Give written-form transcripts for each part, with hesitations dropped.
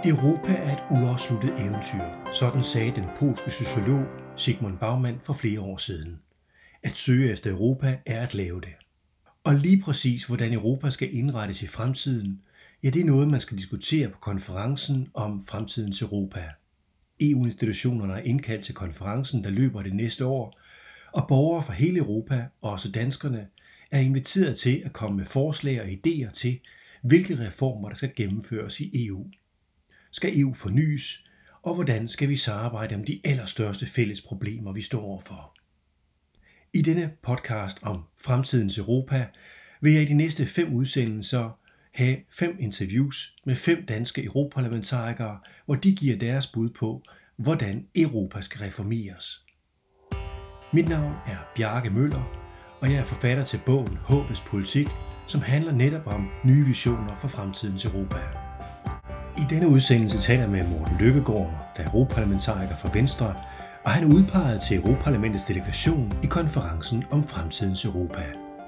Europa er et uafsluttet eventyr, sådan sagde den polske sociolog Zygmunt Bauman for flere år siden. At søge efter Europa er at lave det. Og lige præcis hvordan Europa skal indrettes i fremtiden, ja, det er noget, man skal diskutere på konferencen om fremtidens Europa. EU-institutionerne er indkaldt til konferencen, der løber det næste år, og borgere fra hele Europa, også danskerne, er inviteret til at komme med forslag og idéer til, hvilke reformer der skal gennemføres i EU. Skal EU fornyes, og hvordan skal vi samarbejde om de allerstørste fælles problemer, vi står overfor? I denne podcast om fremtidens Europa vil jeg i de næste 5 udsendelser have 5 interviews med 5 danske europaparlamentarikere, hvor de giver deres bud på, hvordan Europa skal reformeres. Mit navn er Bjarke Møller, og jeg er forfatter til bogen Håbets Politik, som handler netop om nye visioner for fremtidens Europa. I denne udsendelse taler jeg med Morten Løkkegaard, der er europaparlamentariker for Venstre, og han er udpeget til Europaparlamentets delegation i konferencen om fremtidens Europa.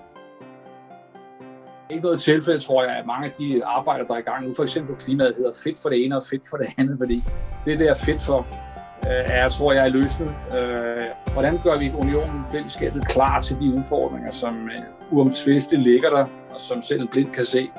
Ikke noget tilfælde, tror jeg, at mange af de arbejder, der er i gang nu, for eksempel klimaet, hedder fedt for det ene og fedt for det andet, fordi det der fedt for, tror jeg, er løsnet. Hvordan gør vi unionen fællesskabet klar til de udfordringer, som uomtvisteligt ligger der, og som selv en blind kan se?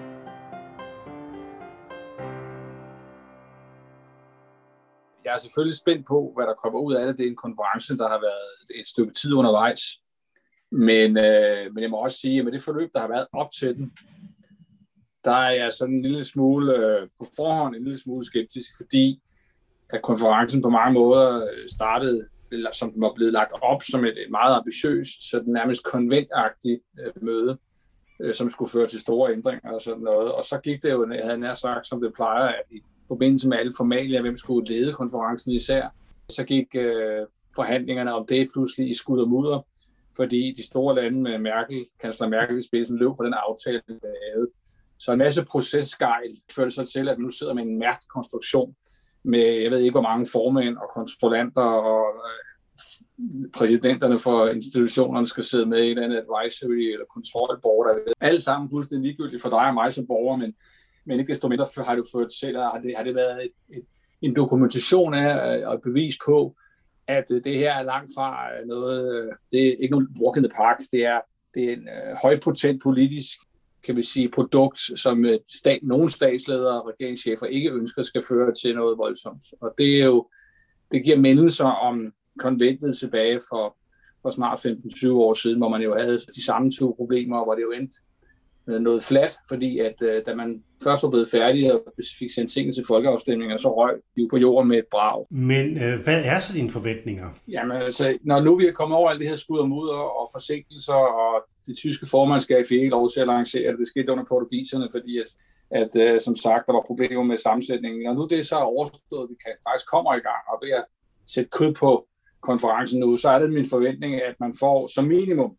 Jeg er selvfølgelig spændt på, hvad der kommer ud af det. Det er en konference, der har været et stykke tid undervejs. Men jeg må også sige, at med det forløb, der har været op til den, der er jeg sådan en lille smule på forhånd en lille smule skeptisk, fordi at konferencen på mange måder startede, som den var blevet lagt op som et meget ambitiøst, sådan nærmest konventagtigt møde, som skulle føre til store ændringer og sådan noget. Og så gik det jo, jeg havde nær sagt, som det plejer, at i forbindelse med alle formalia, hvem skulle lede konferencen især, så gik forhandlingerne om det pludselig i skud og mudder, fordi de store lande med kansler Merkel i spidsen løb for den aftale, der lavede. Så en masse procesgejl førte sig til, at nu sidder man i en mærkelig konstruktion med, jeg ved ikke hvor mange formænd og kontrollanter og præsidenterne for institutionerne skal sidde med i et eller andet advisory eller kontrolboard. Alt sammen fuldstændig ligegyldigt for dig og mig som borger, men ikke desto mindre har det ført til, at har det været en dokumentation af og et bevis på, at det her er langt fra noget, det er ikke nogen walk in the park, det er en højpotent politisk, kan vi sige, produkt, som nogle statsledere og regeringschefer ikke ønsker skal føre til noget voldsomt. Og det er jo, det giver mindelser om konventet tilbage for snart 15-20 år siden, hvor man jo havde de samme 2 problemer, hvor det jo endte noget fladt, fordi at da man først var blevet færdig og fik sendt tingene til folkeafstemninger, så røg de på jorden med et brag. Men hvad er så dine forventninger? Jamen altså, når nu vi er kommet over alt det her skud og mudder og forsinkelser, og det tyske formandskab fik ikke lov til at lancere det, skete under portugiserne, fordi at som sagt, der var problemer med sammensætningen. Når nu det så er overstået, vi faktisk kommer i gang, og ved at sætte kød på konferencen nu, så er det min forventning, at man får som minimum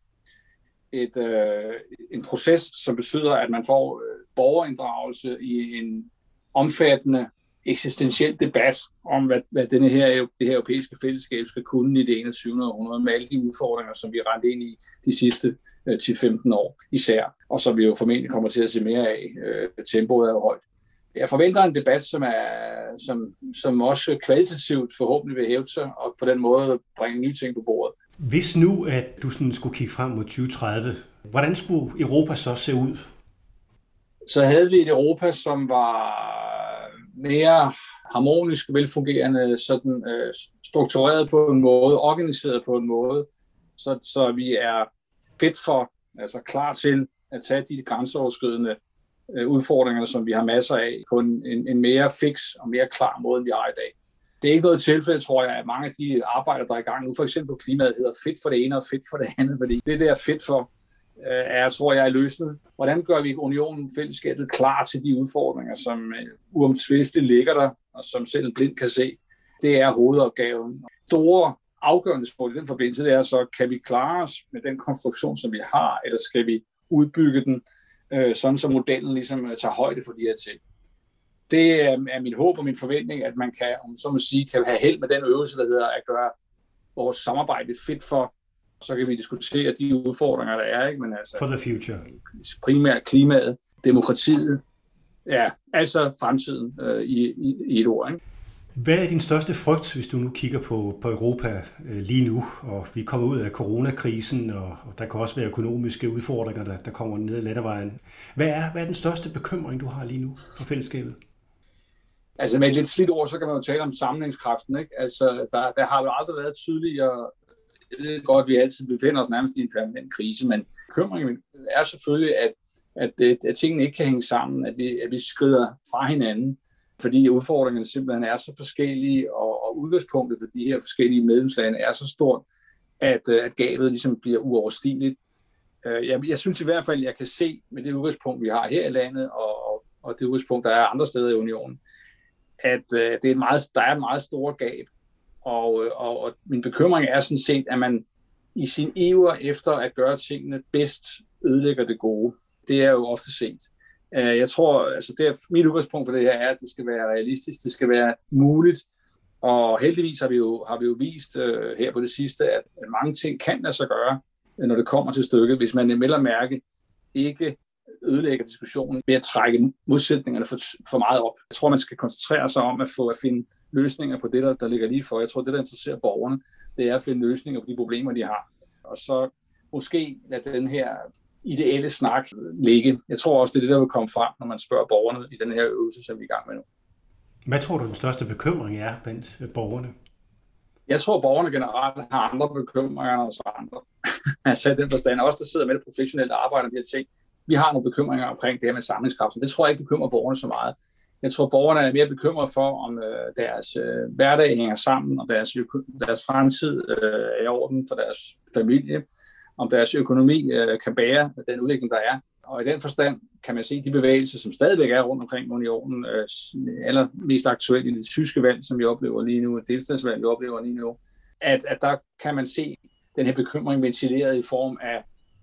en proces, som betyder, at man får borgerinddragelse i en omfattende eksistentiel debat om, hvad det her europæiske fællesskab skal kunne i det 21. århundrede, med alle de udfordringer, som vi rendte ind i de sidste 10-15 år især, og som vi jo formentlig kommer til at se mere af. Tempoet er jo højt. Jeg forventer en debat, som også kvalitativt forhåbentlig vil hæve sig, og på den måde bringe nye ting på bordet. Hvis nu, at du sådan skulle kigge frem mod 2030, hvordan skulle Europa så se ud? Så havde vi et Europa, som var mere harmonisk, velfungerende, sådan struktureret på en måde, organiseret på en måde, så vi er fedt for, altså klar til at tage de grænseoverskridende udfordringer, som vi har masser af, på en mere fix og mere klar måde, end vi har i dag. Det er ikke noget tilfælde, tror jeg, at mange af de arbejder, der er i gang nu, for eksempel klimaet, hedder fedt for det ene og fedt for det andet, fordi det der fedt for, tror jeg, er løsnet. Hvordan gør vi unionen fællesskabet klar til de udfordringer, som uomtvisteligt ligger der, og som selv en blind kan se? Det er hovedopgaven. Store afgørende spørgsmål i den forbindelse, det er så, kan vi klare os med den konstruktion, som vi har, eller skal vi udbygge den, sådan så modellen ligesom tager højde for de her ting? Det er mit håb og min forventning, at man kan, om så må sige, kan have held med den øvelse, der hedder at gøre vores samarbejde fedt for. Så kan vi diskutere de udfordringer, der er, ikke? Men altså, for the future. Primært klimaet, demokratiet, Ja, altså fremtiden i et ord, ikke? Hvad er din største frygt, hvis du nu kigger på Europa lige nu, og vi kommer ud af coronakrisen, og der kan også være økonomiske udfordringer, der kommer ned ad landevejen. Hvad er den største bekymring, du har lige nu for fællesskabet? Altså med et lidt slidt ord, så kan man jo tale om sammenhængskraften, ikke? Altså der har jo aldrig været tydeligere. Jeg ved godt, at vi altid befinder os nærmest i en permanent krise, men bekymringen er selvfølgelig, at tingene ikke kan hænge sammen, at vi skrider fra hinanden, fordi udfordringerne simpelthen er så forskellige, og udgangspunktet for de her forskellige medlemslande er så stort, at gabet ligesom bliver uoverstigeligt. Jeg synes i hvert fald, at jeg kan se med det udgangspunkt, vi har her i landet, og det udgangspunkt, der er andre steder i unionen, at der er et meget stort gab. Og min bekymring er sådan set, at man i sin iver efter at gøre tingene bedst ødelægger det gode. Det er jo ofte set. Jeg tror, altså mit udgangspunkt for det her er, at det skal være realistisk, det skal være muligt. Og heldigvis har vi jo vist her på det sidste, at mange ting kan lade sig gøre, når det kommer til stykket, hvis man vel at mærke ikke ødelægger diskussionen ved at trække modsætningerne for meget op. Jeg tror, man skal koncentrere sig om at finde løsninger på det, der ligger lige for. Jeg tror, det, der interesserer borgerne, det er at finde løsninger på de problemer, de har. Og så måske lade den her ideelle snak ligge. Jeg tror også, det er det, der vil komme frem, når man spørger borgerne i den her øvelse, som vi er i gang med nu. Hvad tror du, den største bekymring er blandt borgerne? Jeg tror, borgerne generelt har andre bekymringer end os andre. Altså i den forstand, også der sidder med det professionelle arbejde med de her ting. Vi har nogle bekymringer omkring det her med samlingskraften. Det tror jeg ikke bekymrer borgerne så meget. Jeg tror, borgerne er mere bekymrede for, om deres hverdag hænger sammen, om deres fremtid er i orden for deres familie, om deres økonomi kan bære den udvikling, der er. Og i den forstand kan man se de bevægelser, som stadigvæk er rundt omkring unionen, allermest aktuelt i det tyske valg, som vi oplever lige nu, et delstatsvalg, vi oplever lige nu, at der kan man se den her bekymring ventileret i form af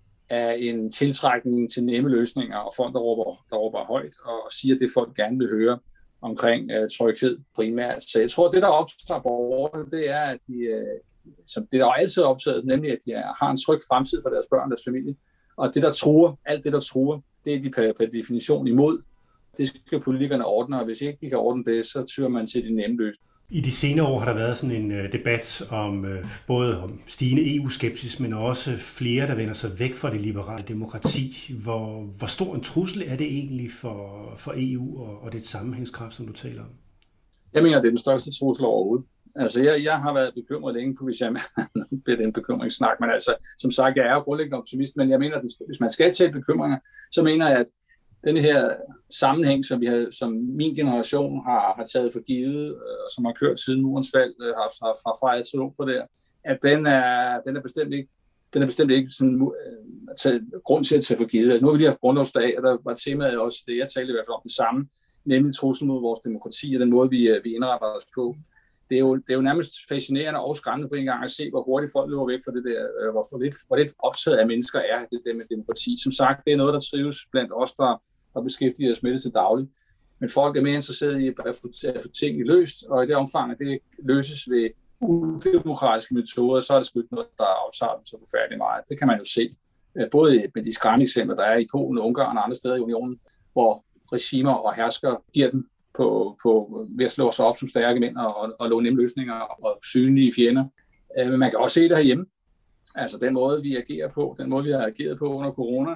en tiltrækning til nemme løsninger, og folk, der råber højt og siger det, folk gerne vil høre omkring tryghed primært. Så jeg tror, det, der optager borgerne, det er, at som det, der altid er optaget, nemlig at de har en tryg fremtid for deres børn og deres familie. Og det, der truer, alt det, der truer, det er de per definition imod. Det skal politikerne ordne, og hvis ikke de kan ordne det, så tyrer man til de nemme løsninger. I de senere år har der været sådan en debat om både om stigende EU-skepsis, men også flere, der vender sig væk fra det liberale demokrati. Hvor stor en trussel er det egentlig for EU og det sammenhængskraft, som du taler om? Jeg mener, det er den største trussel overhovedet. Altså, jeg har været bekymret længe på, hvis jeg bliver en bekymringssnak, men altså, som sagt, jeg er jo grundlæggende optimist, men jeg mener, at hvis man skal tage bekymringer, så mener jeg, at denne her sammenhæng, som min generation har taget for givet, og som har kørt siden murens fald, har fejret triumf for det, at den er bestemt ikke sådan, grund til at tage for givet. Nu har vi lige haft grundlovsdag, og der var temaet også det, jeg talte i hvert fald om det samme, nemlig truslen mod vores demokrati og den måde, vi indretter os på. Det er jo nærmest fascinerende og skræmmende på en gang at se, hvor hurtigt folk løber væk fra det der, hvor lidt optaget af mennesker er det der med demokrati. Som sagt, det er noget, der trives blandt os, der beskæftiger os med det til dagligt. Men folk er mere interesserede i at få tingene løst, og i det omfang, at det løses ved udemokratiske metoder, så er det sgu ikke noget, der aftager dem så forfærdeligt meget. Det kan man jo se, både med de skræmmeksempler, der er i Polen, Ungarn og andre steder i unionen, hvor regimer og herskere giver dem ved at slå sig op som stærke mænd og låne nemme løsninger og synlige fjender. Men man kan også se det herhjemme. Altså den måde, vi agerer på, den måde, vi har ageret på under corona,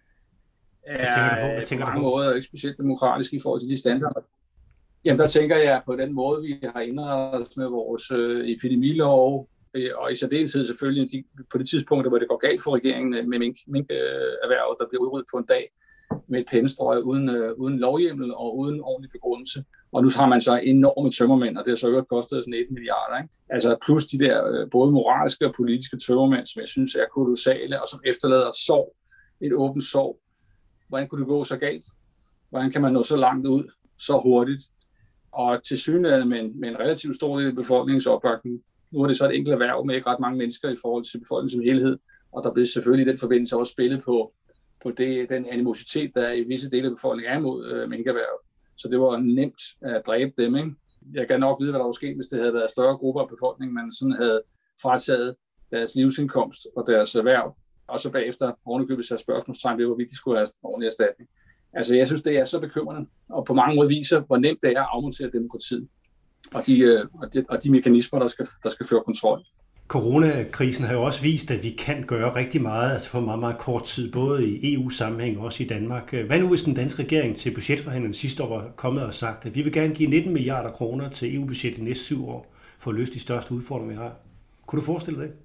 er på mange måder ikke specielt demokratisk i forhold til de standarder. Jamen der tænker jeg på den måde, vi har indrettet os med vores epidemilov, og i særdeleshed selvfølgelig på det tidspunkt, hvor det går galt for regeringen med minkerhvervet, der bliver udryddet på en dag, med et pennestrøg uden lovhjemmel og uden ordentlig begrundelse. Og nu har man så enorme tømmermænd, og det har så øvrigt kostet sådan 1 milliarder. Ikke? Altså plus de der både moralske og politiske tømmermænd, som jeg synes er kolossale, og som efterlader et åbent sorg. Hvordan kunne det gå så galt? Hvordan kan man nå så langt ud, så hurtigt? Og til synligheden med en relativt stor del af befolkningsopbakning. Nu er det så et enkelt erhverv med ikke ret mange mennesker i forhold til befolkningen som helhed, og der bliver selvfølgelig i den forbindelse også spillet på den animositet, der i visse dele af befolkningen er imod minkerhvervet. Så det var nemt at dræbe dem. Ikke? Jeg kan nok vide, hvad der var sket, hvis det havde været større grupper af befolkningen, man sådan havde frataget deres livsindkomst og deres erhverv, og så bagefter ovenikøbet sig spørgsmålstegn ved, hvorvidt de skulle have ordentlig erstatning. Altså, jeg synes, det er så bekymrende, og på mange måder viser, hvor nemt det er at afmontere demokratiet, og de mekanismer, der skal føre kontrol. Coronakrisen har jo også vist, at vi kan gøre rigtig meget, altså for meget, meget kort tid, både i EU-sammenhæng og også i Danmark. Hvad nu hvis den danske regering til budgetforhandlingen sidste år var kommet og sagt, at vi vil gerne give 19 milliarder kroner til EU-budget de næste 7 år for at løse de største udfordringer, vi har? Kunne du forestille dig det?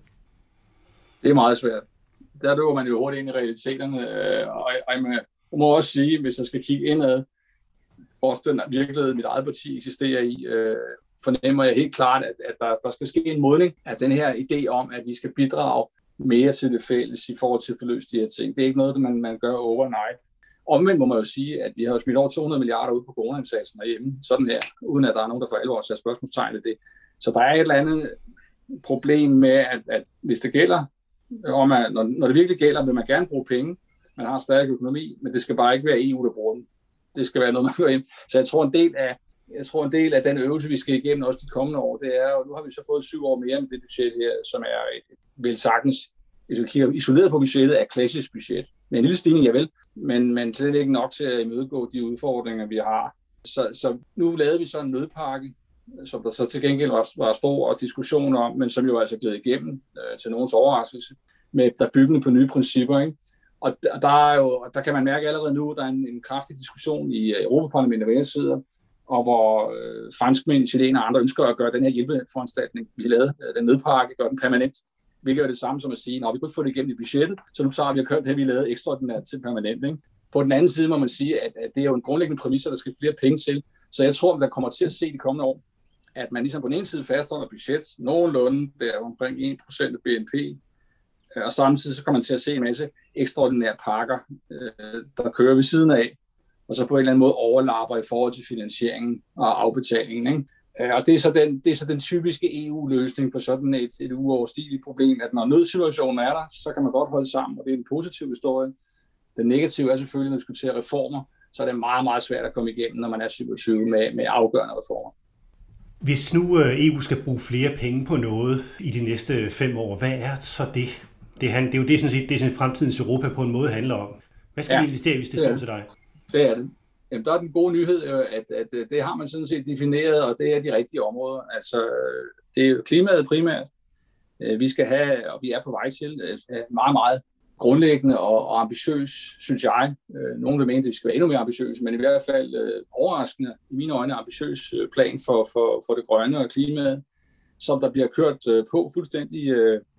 Det er meget svært. Der løber man jo hurtigt ind i realiteterne, og jeg må også sige, hvis jeg skal kigge indad, også den virkelighed, mit eget parti eksisterer i, fornemmer jeg helt klart, at der skal ske en modning af den her idé om, at vi skal bidrage mere til det fælles i forhold til at forløse de her ting. Det er ikke noget, man gør overnight. Omvendt må man jo sige, at vi har smidt over 200 milliarder ud på coronaindsatsen herhjemme, sådan her, uden at der er nogen, der for alvor sætter spørgsmålstegn i det. Så der er et eller andet problem med, at hvis det gælder, om at, når det virkelig gælder, vil man gerne bruge penge. Man har en stærk økonomi, men det skal bare ikke være EU, der bruger dem. Det skal være noget, man gør hjem. Så jeg tror, en del af den øvelse, vi skal igennem også de kommende år, det er, og nu har vi så fået 7 år mere med det budget her, som er vel sagtens, hvis vi kigger isoleret på budgettet, er klassisk budget. Med en lille stigning, javel, men slet ikke nok til at imødegå de udfordringer, vi har. Så nu lavede vi så en nødpakke, som der så til gengæld var stor diskussion om, men som jo altså gled igennem til nogens overraskelse, med der byggende på nye principper, ikke? Og der kan man mærke allerede nu, der er en kraftig diskussion i Europaparlamentet og sider, og hvor franskmænd, italienere og andre ønsker at gøre den her hjælpeforanstaltning, vi lavede, den nødpakke, gøre den permanent. Hvilket er det samme som at sige, at vi kunne ikke få det igennem i budgettet, så nu har vi kørt det, vi lavede ekstraordinært til permanent. Ikke? På den anden side må man sige, at det er jo en grundlæggende præmis, der skal flere penge til. Så jeg tror, at der kommer til at se de kommende år, at man ligesom på den ene side fastholder budget, nogenlunde, det er omkring 1% af BNP, og samtidig så kommer man til at se en masse ekstraordinære pakker, der kører ved siden af, og så på en eller anden måde overlapper i forhold til finansieringen og afbetalingen. Ikke? Og det er så den typiske EU-løsning på sådan et uoverstigeligt problem, at når nødsituationen er der, så kan man godt holde sammen, og det er en positiv historie. Den negative er selvfølgelig, når vi diskuterer reformer, så er det meget, meget svært at komme igennem, når man er 27 med afgørende reformer. Hvis nu EU skal bruge flere penge på noget i de næste 5 år, hvad er så det? Det er jo det, sådan fremtidens Europa på en måde handler om. Hvad skal vi investere i, hvis det står til dig? Det er det. Jamen, der er den gode nyhed, at det har man sådan set defineret, og det er de rigtige områder. Altså, det er jo klimaet primært. Vi skal have, og vi er på vej til, meget, meget grundlæggende og ambitiøs, synes jeg. Nogen vil mene, at vi skal være endnu mere ambitiøse, men i hvert fald overraskende, i mine øjne, ambitiøs plan for det grønne og klimaet, som der bliver kørt på fuldstændig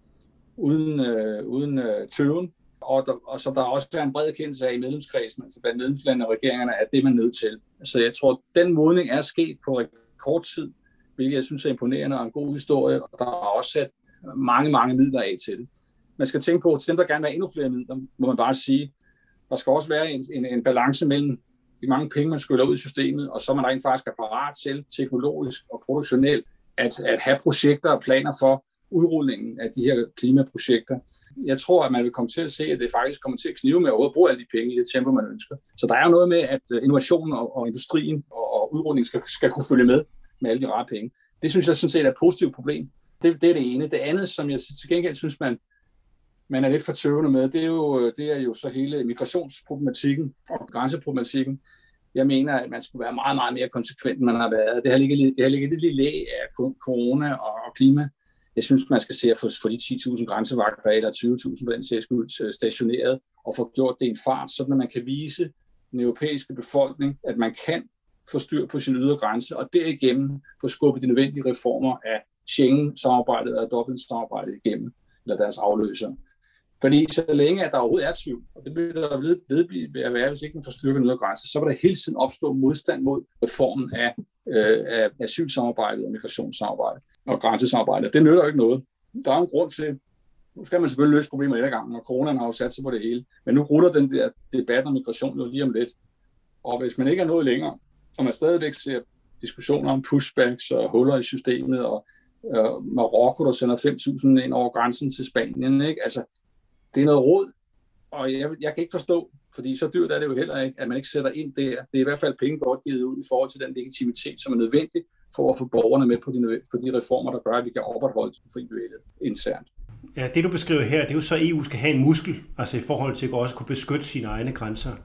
uden tøven. Og som der også er en bred erkendelse af i medlemskredsen, altså blandt medlemslandene og regeringerne, at det er man nødt til. Så jeg tror, at den modning er sket på rekordtid, hvilket jeg synes er imponerende og en god historie, og der er også sat mange, mange midler af til det. Man skal tænke på, at til dem, der gerne vil have endnu flere midler, må man bare sige, der skal også være en balance mellem de mange penge, man skyller ud i systemet, og så man rent faktisk er parat til teknologisk og produktionelt at have projekter og planer for udrulningen af de her klimaprojekter. Jeg tror, at man vil komme til at se, at det faktisk kommer til at knive med at bruge alle de penge i det tempo, man ønsker. Så der er jo noget med, at innovationen og industrien og udrulningen skal kunne følge med alle de rare penge. Det synes jeg sådan set er et positivt problem. Det er det ene. Det andet, som jeg til gengæld synes, man er lidt for tøvende med, det er jo så hele migrationsproblematikken og grænseproblematikken. Jeg mener, at man skulle være meget, meget mere konsekvent, end man har været. Det har ligget lidt i læ af corona og klima. Jeg synes, man skal se at få de 10.000 grænsevagter eller 20.000 for den sags skyld stationeret og få gjort det i en fart, så man kan vise den europæiske befolkning, at man kan få styr på sin ydre grænse og derigennem få skubbet de nødvendige reformer af Schengen-samarbejdet og Dublin-samarbejdet igennem, eller deres afløser. Fordi så længe, at der overhovedet er tvivl, og det vil der vedblive at være, hvis ikke man får styrket den ydre grænse, så vil der hele tiden opstå modstand mod reformen af asylsamarbejdet og migrationssamarbejdet og grænsesamarbejdet. Det nytter jo ikke noget. Der er en grund til, nu skal man selvfølgelig løse problemer i gang, og coronaen har jo sat sig på det hele. Men nu ruller den der debat om migration jo lige om lidt. Og hvis man ikke er nået længere, og man stadigvæk ser diskussioner om pushbacks og huller i systemet, og Marokko, der sender 5.000 ind over grænsen til Spanien, ikke? Altså, det er noget råd, og jeg kan ikke forstå, fordi så dyrt er det jo heller ikke, at man ikke sætter ind der. Det er i hvert fald penge godt givet ud i forhold til den legitimitet, som er nødvendig for at få borgerne med på de reformer, der gør, at vi kan opretholde den fri bevægelighed internt. Ja, det du beskriver her, det er jo så, at EU skal have en muskel, altså i forhold til at også kunne beskytte sine egne grænser.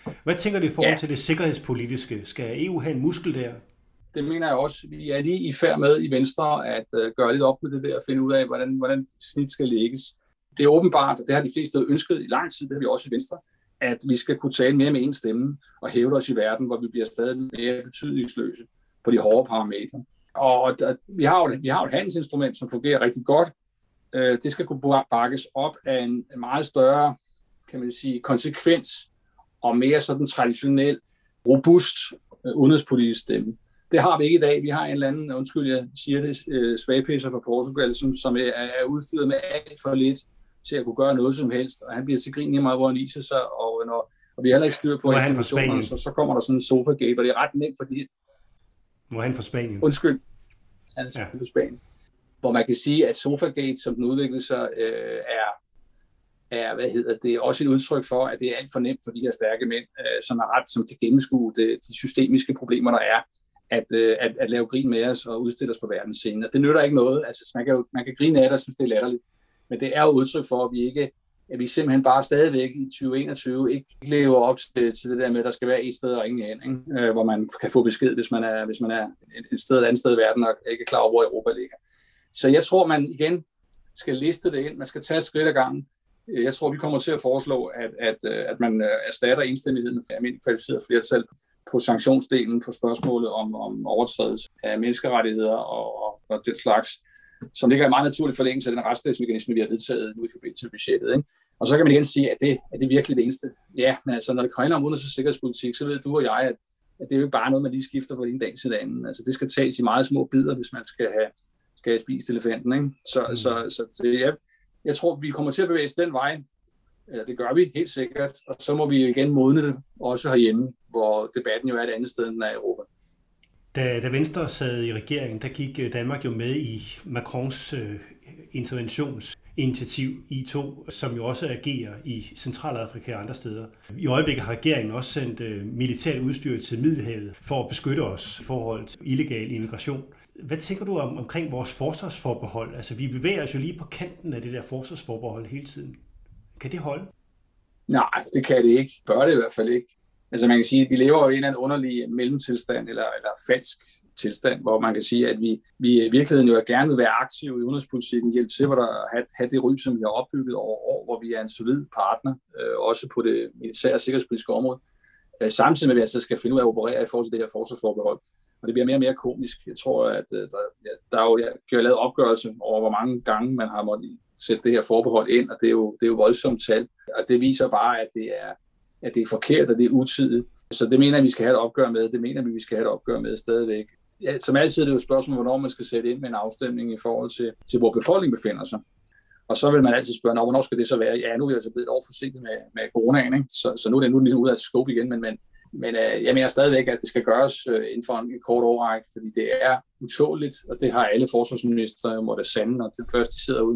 Hvad tænker du i forhold til det sikkerhedspolitiske? Skal EU have en muskel der? Det mener jeg også. Vi er lige i færd med i Venstre at gøre lidt op med det der og finde ud af, hvordan snit skal lægges. Det er åbenbart, og det har de fleste ønsket i lang tid, det har vi også i Venstre, at vi skal kunne tale mere med en stemme og hæve os i verden, hvor vi bliver stadig mere betydningsløse på de hårde parametre. Og vi har jo et handelsinstrument, som fungerer rigtig godt. Det skal kunne bakkes op af en meget større, kan man sige, konsekvens og mere sådan traditionel, robust udenrigspolitisk stemme. Det har vi ikke i dag. Vi har en eller anden, undskyld, jeg siger det, svagpisser fra Portugal, som er udstyret med alt for lidt til at kunne gøre noget som helst. Og han bliver til grin i meget, hvor han viser sig, og vi har heller ikke styr på institutionerne, så kommer der sådan en sofa-gate, og det er ret nemt, fordi... Hvor han fra Spanien? Undskyld. Han er fra Spanien. Hvor man kan sige, at Sofagate, som den udviklede sig, er også et udtryk for, at det er alt for nemt for de her stærke mænd, som kan gennemskue de systemiske problemer, der er, at lave grin med os og udstille os på verdensscenen. Og det nytter ikke noget. Altså, man kan grine af det og synes, det er latterligt. Men det er jo udtryk for, at vi simpelthen bare stadigvæk i 2021 ikke lever op til det der med, at der skal være et sted og ingen hen, ikke? Hvor man kan få besked, hvis man er et sted eller andet sted i verden og ikke er klar over, hvor Europa ligger. Så jeg tror, man igen skal liste det ind. Man skal tage skridt ad gangen. Jeg tror, vi kommer til at foreslå, at man erstatter enstemmigheden med almindelig kvalificeret flertal på sanktionsdelen på spørgsmålet om overtrædelse af menneskerettigheder og det slags, som ligger i meget naturlig forlængelse af den retsstatsmekanisme, vi har vedtaget nu i forbindelse med budgettet. Ikke? Og så kan man igen sige, at det er virkelig det eneste. Ja, men altså, når det handler om udenrigs- og sikkerhedspolitik, så ved du og jeg, at det er jo ikke bare noget, man lige skifter fra en dag til den anden. Altså, det skal tages i meget små bidder, hvis man skal have spist elefanten. Ikke? Så jeg tror, vi kommer til at bevæge den vej. Ja, det gør vi helt sikkert. Og så må vi igen modne det, også herhjemme, hvor debatten jo er et andet sted, end den er i Europa. Da Venstre sad i regeringen, der gik Danmark jo med i Macrons interventionsinitiativ I2, som jo også agerer i Centralafrika og andre steder. I øjeblikket har regeringen også sendt militært udstyr til Middelhavet for at beskytte os i forhold til illegal immigration. Hvad tænker du omkring vores forsvarsforbehold? Altså, vi bevæger os jo lige på kanten af det der forsvarsforbehold hele tiden. Kan det holde? Nej, det kan det ikke. Bør det i hvert fald ikke. Altså man kan sige, at vi lever jo i en eller anden underlig mellemtilstand eller falsk tilstand, hvor man kan sige, at vi i virkeligheden jo gerne vil være aktive i udenrigspolitikken, hjælpe til at have det ry, som vi har opbygget over år, hvor vi er en solid partner, også på det militære og sikkerhedspolitiske område, samtidig med at vi altså skal finde ud af at operere i forhold til det her forsvarsforbehold. Og det bliver mere og mere komisk. Jeg tror, at der er jo lavet opgørelse over, hvor mange gange man har måttet sætte det her forbehold ind, og det er jo voldsomt tal. Og det viser bare, at det er forkert, og det er utidigt. Så det mener jeg, vi skal have et opgør med. Det mener vi skal have et opgør med stadigvæk. Ja, som altid er det jo et spørgsmål, hvornår man skal sætte ind med en afstemning i forhold til hvor befolkningen befinder sig. Og så vil man altid spørge, hvornår skal det så være? Ja, nu er vi altså blevet et år forsinket med coronaen, ikke? Så nu er det ligesom ud af scope igen, men jeg mener stadigvæk, at det skal gøres inden for en kort årrække, fordi det er utåligt, og det har alle forsvarsministre jo måtte sande, og det først de sidder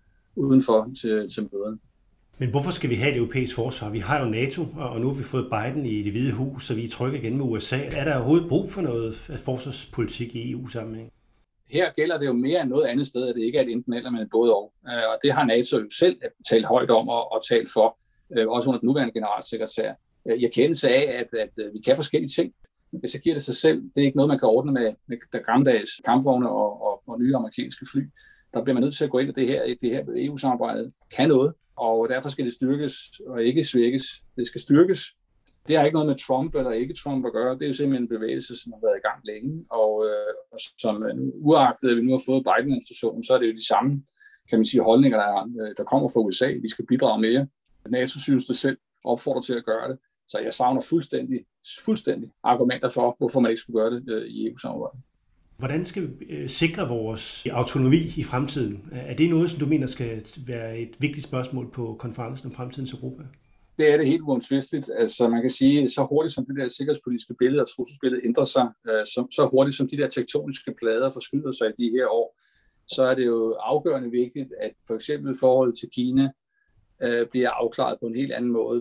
udenfor til møderne. Men hvorfor skal vi have et europæisk forsvar? Vi har jo NATO, og nu har vi fået Biden i Det Hvide Hus, så vi er trygge igen med USA. Er der overhovedet brug for noget forsvarspolitik i EU-sammenhæng? Her gælder det jo mere end noget andet sted, at det ikke er et enten eller, men et både og. Og det har NATO jo selv talt højt om og talt for, også under den nuværende generalsekretær. Jeg kendelse af, at vi kan forskellige ting. Hvis så giver det sig selv, det er ikke noget, man kan ordne med der gammeldags kampvogne og nye amerikanske fly. Der bliver man nødt til at gå ind i det her EU-samarbejde kan noget, og derfor skal det styrkes og ikke svækkes. Det skal styrkes. Det har ikke noget med Trump eller ikke Trump at gøre. Det er jo simpelthen en bevægelse, som har været i gang længe, og som uagtet, at vi nu har fået Biden-administrationen, så er det jo de samme, kan man sige, holdninger, der kommer fra USA. Vi skal bidrage mere. NATO synes det selv, opfordrer til at gøre det. Så jeg savner fuldstændig argumenter for, hvorfor man ikke skulle gøre det i EU-samarbejdet. Hvordan skal vi sikre vores autonomi i fremtiden? Er det noget, som du mener skal være et vigtigt spørgsmål på konferencen om fremtidens Europa? Det er det helt uomtvisteligt. Altså man kan sige, så hurtigt som det der sikkerhedspolitiske billede og trusselsbillede ændrer sig, så hurtigt som de der tektoniske plader forskyder sig i de her år, så er det jo afgørende vigtigt, at for eksempel forholdet til Kina bliver afklaret på en helt anden måde.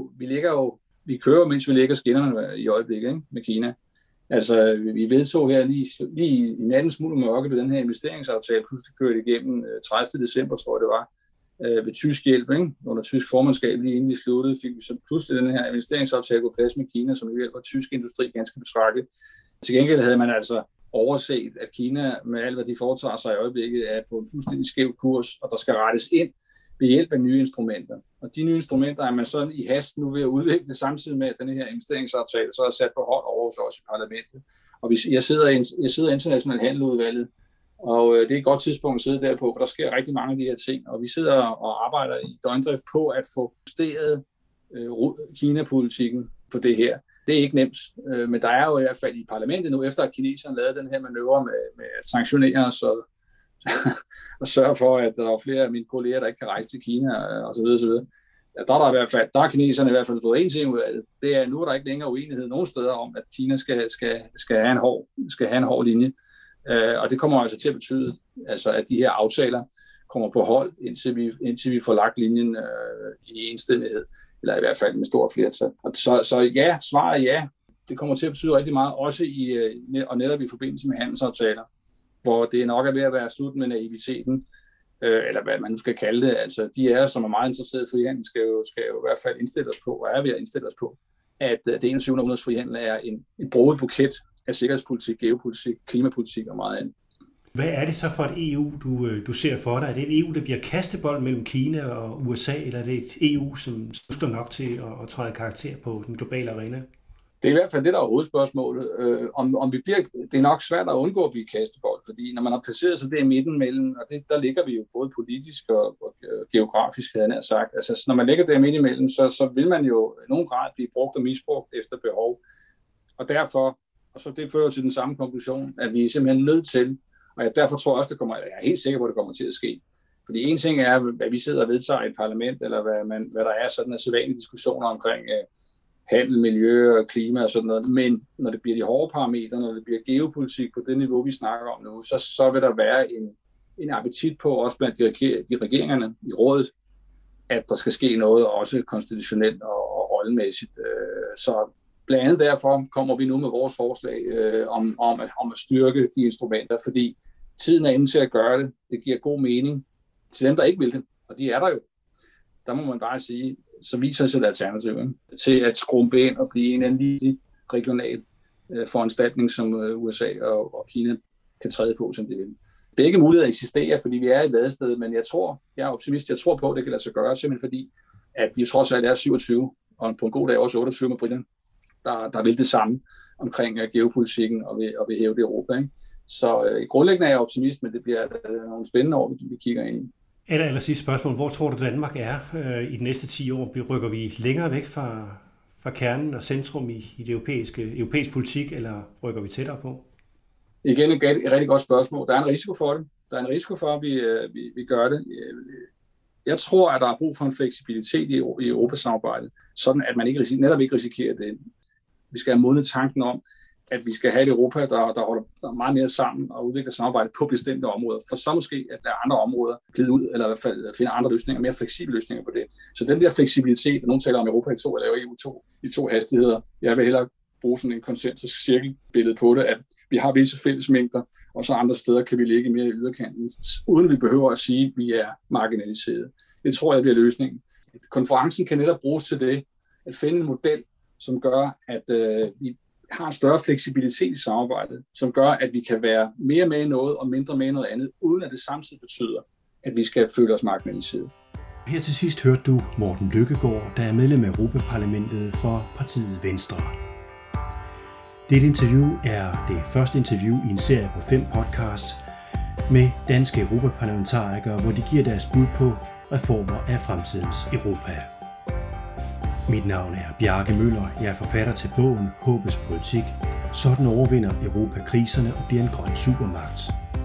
Vi kører, mens vi ligger skinnerne i øjeblikket, ikke? Med Kina. Altså, vi vedtog her lige i nattens smule mørke ved den her investeringsaftale, pludselig kørte igennem 30. december, tror jeg det var, ved tysk hjælp, ikke? Under tysk formandskab, lige inden de sluttede, fik vi så pludselig den her investeringsaftale på plads med Kina, som hjælper tysk industri ganske betragteligt. Til gengæld havde man altså overset, at Kina med alt, hvad de foretager sig i øjeblikket, er på en fuldstændig skæv kurs, og der skal rettes ind ved hjælp af nye instrumenter. Og de nye instrumenter er man sådan i hast nu ved at udvikle, samtidig med, at den her investeringsaftale så er sat på hold over hos os i parlamentet. Og jeg sidder i internationalt handelsudvalget, og det er et godt tidspunkt at sidde der på, for der sker rigtig mange af de her ting, og vi sidder og arbejder i døgndrift på at få justeret Kina-politikken på det her. Det er ikke nemt, men der er jo i hvert fald i parlamentet nu, efter at kineserne lavede den her manøvre med at sanktionere os og sørge for, at der er flere af mine kolleger, der ikke kan rejse til Kina osv. Ja, der er kineserne i hvert fald fået en ting ud af det. Det er, nu er der ikke længere uenighed nogen steder om, at Kina skal have en hård linje. Og det kommer altså til at betyde, altså, at de her aftaler kommer på hold, indtil vi får lagt linjen i enstemmighed, eller i hvert fald med stor flertal. Så ja, svaret er ja. Det kommer til at betyde rigtig meget, også og netop i forbindelse med handelsaftaler, hvor det nok er ved at være slut med naiviteten, eller hvad man nu skal kalde det. Altså, de af os, som er meget interesserede i frihandel, skal jo i hvert fald indstille os på, og er ved at indstille os på, at det 21. århundredes frihandel er en broget buket af sikkerhedspolitik, geopolitik, klimapolitik og meget andet. Hvad er det så for et EU, du ser for dig? Er det et EU, der bliver kastebold mellem Kina og USA, eller er det et EU, som muskler nok til at træde karakter på den globale arena? Det er i hvert fald det, der er hovedspørgsmålet. Det er nok svært at undgå at blive kastebold, fordi når man har placeret sig der i midten mellem, og der ligger vi jo både politisk og geografisk, havde jeg nær sagt. Altså, når man ligger der midt imellem, så vil man jo i nogen grad blive brugt og misbrugt efter behov. Og derfor, og så det fører til den samme konklusion, at vi er simpelthen nødt til, og derfor tror jeg også, jeg er helt sikker på, at det kommer til at ske. Fordi en ting er, hvad vi sidder og vedtager i et parlament, eller hvad der er sådan en sædvanlige diskussioner omkring handel, miljø og klima og sådan noget. Men når det bliver de hårde parametre, når det bliver geopolitik på det niveau, vi snakker om nu, så vil der være en appetit på, også blandt de regeringerne i rådet, at der skal ske noget, også konstitutionelt og rollemæssigt. Så blandt andet derfor kommer vi nu med vores forslag om at styrke de instrumenter, fordi tiden er inde til at gøre det. Det giver god mening til dem, der ikke vil det, og de er der jo. Der må man bare sige, så viser sig et alternativ til at skrumpe ind og blive en anden lille regional foranstaltning, som USA og Kina kan træde på, som det vil. Begge muligheder eksisterer, fordi vi er i vadested, men jeg er optimist. Jeg tror på, at det kan lade sig gøre, simpelthen fordi, at vi trods alt er 27, og på en god dag også 28 med Briterne, der vil det samme omkring geopolitikken og vil hæve det Europa. Ikke? Så grundlæggende er jeg optimist, men det bliver nogle spændende år, vi kigger ind i. Eller sidste spørgsmål. Hvor tror du, Danmark er i de næste 10 år? Rykker vi længere væk fra kernen og centrum i det europæisk politik, eller rykker vi tættere på? Igen et rigtig godt spørgsmål. Der er en risiko for det. Der er en risiko for, at vi gør det. Jeg tror, at der er brug for en fleksibilitet i Europasamarbejdet, sådan at man netop ikke risikerer det. Vi skal have modnet tanken om, at vi skal have et Europa, der holder meget mere sammen og udvikler samarbejde på bestemte områder. For så måske, at der er andre områder glide ud, eller i hvert fald finde andre løsninger, mere fleksible løsninger på det. Så den der fleksibilitet, nogen taler om Europa i 2, eller EU i 2 hastigheder, jeg vil hellere bruge sådan en koncentrisk cirkelbillede på det, at vi har visse fællesmængder, og så andre steder kan vi ligge mere i yderkanten, uden vi behøver at sige, at vi er marginaliseret. Det tror jeg bliver løsningen. Konferencen kan netop bruges til det, at finde en model, som gør, at vi har en større fleksibilitet i samarbejdet, som gør, at vi kan være mere med i noget og mindre med i noget andet, uden at det samtidig betyder, at vi skal føle os marginaliseret. Her til sidst hørte du Morten Lykkegaard, der er medlem af Europaparlamentet for partiet Venstre. Dette interview er det første interview i en serie på 5 podcasts med danske europaparlamentarikere, hvor de giver deres bud på reformer af fremtidens Europa. Mit navn er Bjarke Møller. Jeg er forfatter til bogen Håbets politik. Sådan overvinder Europa kriserne og bliver en grøn supermagt.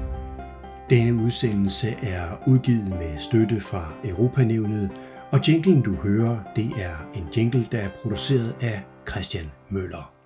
Denne udsendelse er udgivet med støtte fra Europanævnet, og jinglen du hører, det er en jingle, der er produceret af Christian Møller.